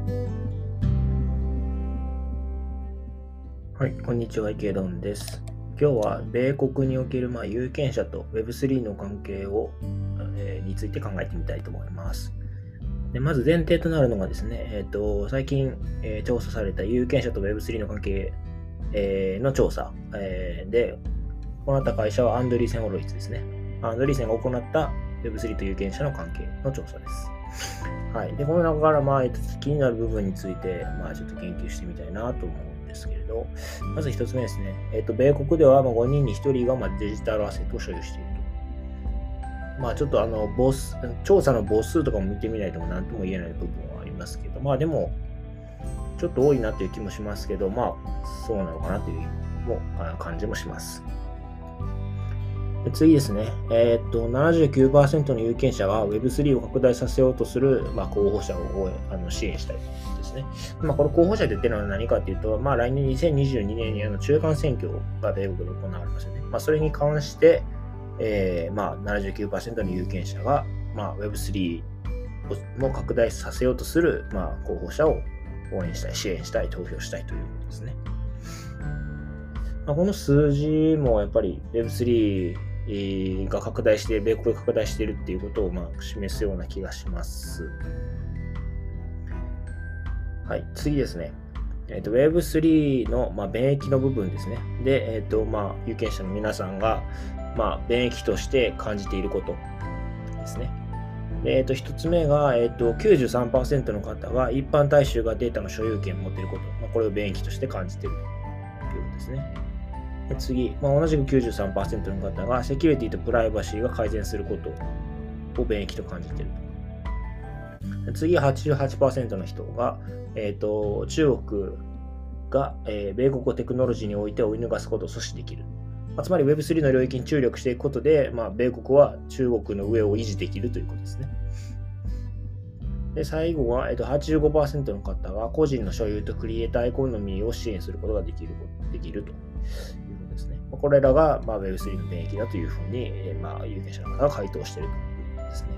はい、こんにちは、池ドンです。今日は米国における有権者と Web3 の関係について考えてみたいと思います。でまず前提となるのがですね、最近、調査された有権者と Web3 の関係、の調査、で行った会社はアンドリーセン・ホロイツですね。アンドリーセンが行った Web3 と有権者の関係の調査です。はい。で、この中から気になる部分についてちょっと研究してみたいなと思うんですけれど、まず一つ目ですね。米国では5人に1人がデジタルアセットを所有していると。ちょっと調査の母数とかも見てみないと何とも言えない部分はありますけど、でも、ちょっと多いなという気もしますけど、そうなのかなという感じもします。で次ですね。79% の有権者が Web3 を拡大させようとする、候補者を支援したいですね。これ候補者で言ってるのは何かというと、来年2022年に中間選挙が米国で行われますよね。それに関して、79% の有権者が、Web3 を拡大させようとする、候補者を応援したい、支援したい、投票したいということですね。この数字もやっぱり Web3 が拡大して、米国が拡大しているっていうことを示すような気がします。はい、次ですね。Web3 の、便益の部分ですね。で、有権者の皆さんが、便益として感じていることですね。で、一つ目が、93% の方が一般大衆がデータの所有権を持っていること、これを便益として感じているということですね。で次、同じく 93% の方がセキュリティとプライバシーが改善することを便益と感じていると。次、88% の人が、中国が、米国をテクノロジーにおいて追い抜かすことを阻止できる。つまり Web3 の領域に注力していくことで、米国は中国の上を維持できるということですね。で最後は、85% の方が個人の所有とクリエイターエコノミーを支援することができるということですね。これらが、Web3 の便益だというふうに、有権者の方が回答しているということですね。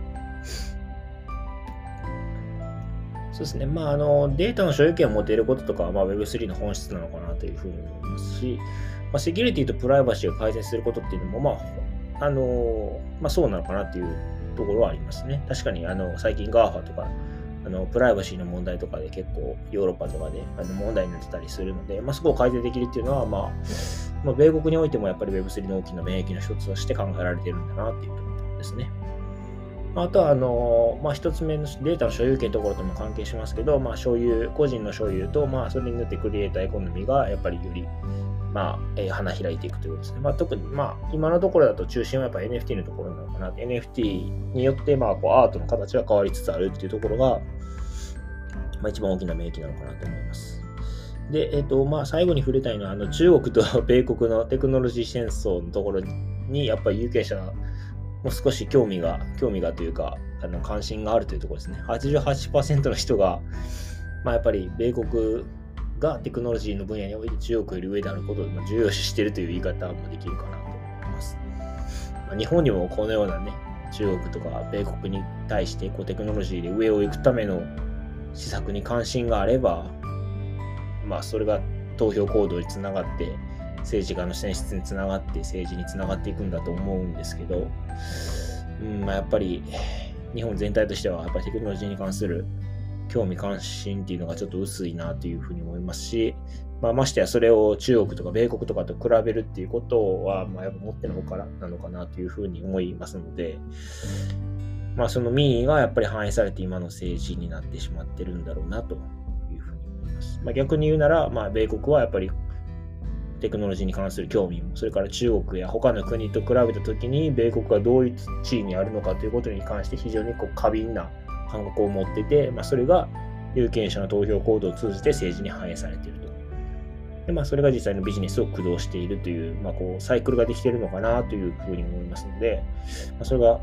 そうですね。データの所有権を持ていることとかは、Web3 の本質なのかなというふうに思いますし、セキュリティとプライバシーを改善することっていうのも、そうなのかなというところはありますね。確かに、最近 GAFA とか、プライバシーの問題とかで結構ヨーロッパとかで問題になってたりするので、そこを改善できるっていうのは、米国においてもやっぱり Web3 の大きな免疫の一つとして考えられているんだなっていうところですね。あとは、一つ目のデータの所有権のところとも関係しますけど、個人の所有と、それによってクリエイターエコノミーがやっぱりより、花開いていくということですね。特に、今のところだと中心はやっぱり NFT のところなのかな。NFT によって、アートの形が変わりつつあるっていうところが、一番大きな免疫なのかなと思います。で、最後に触れたいのは、中国と米国のテクノロジー戦争のところに、やっぱり有権者がもう少し興味がというか、関心があるというところですね。88% の人が、やっぱり米国がテクノロジーの分野において中国より上であることを重要視しているという言い方もできるかなと思います。日本にもこのようなね、中国とか米国に対してテクノロジーで上を行くための施策に関心があれば、それが投票行動につながって、政治家の選出につながって政治につながっていくんだと思うんですけど、やっぱり日本全体としてはやっぱりテクノロジーに関する興味関心っていうのがちょっと薄いなというふうに思いますし、ましてやそれを中国とか米国とかと比べるっていうことは、やっぱもってのほかなのかなというふうに思いますので、その民意がやっぱり反映されて今の政治になってしまってるんだろうなというふうに思います。逆に言うなら、米国はやっぱりテクノロジーに関する興味も、それから中国や他の国と比べたときに米国がどういう地位にあるのかということに関して非常に過敏な感覚を持っていて、それが有権者の投票行動を通じて政治に反映されていると。でそれが実際のビジネスを駆動しているという、サイクルができているのかなというふうに思いますので、それが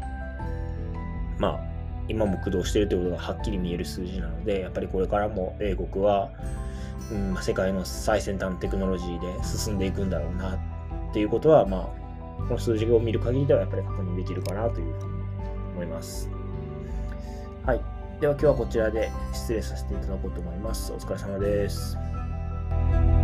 今も駆動しているということがはっきり見える数字なので、やっぱりこれからも米国は世界の最先端のテクノロジーで進んでいくんだろうなっていうことは、この数字を見る限りではやっぱり確認できるかなというふうに思います。はい。 では今日はこちらで失礼させていただこうと思います。お疲れ様です。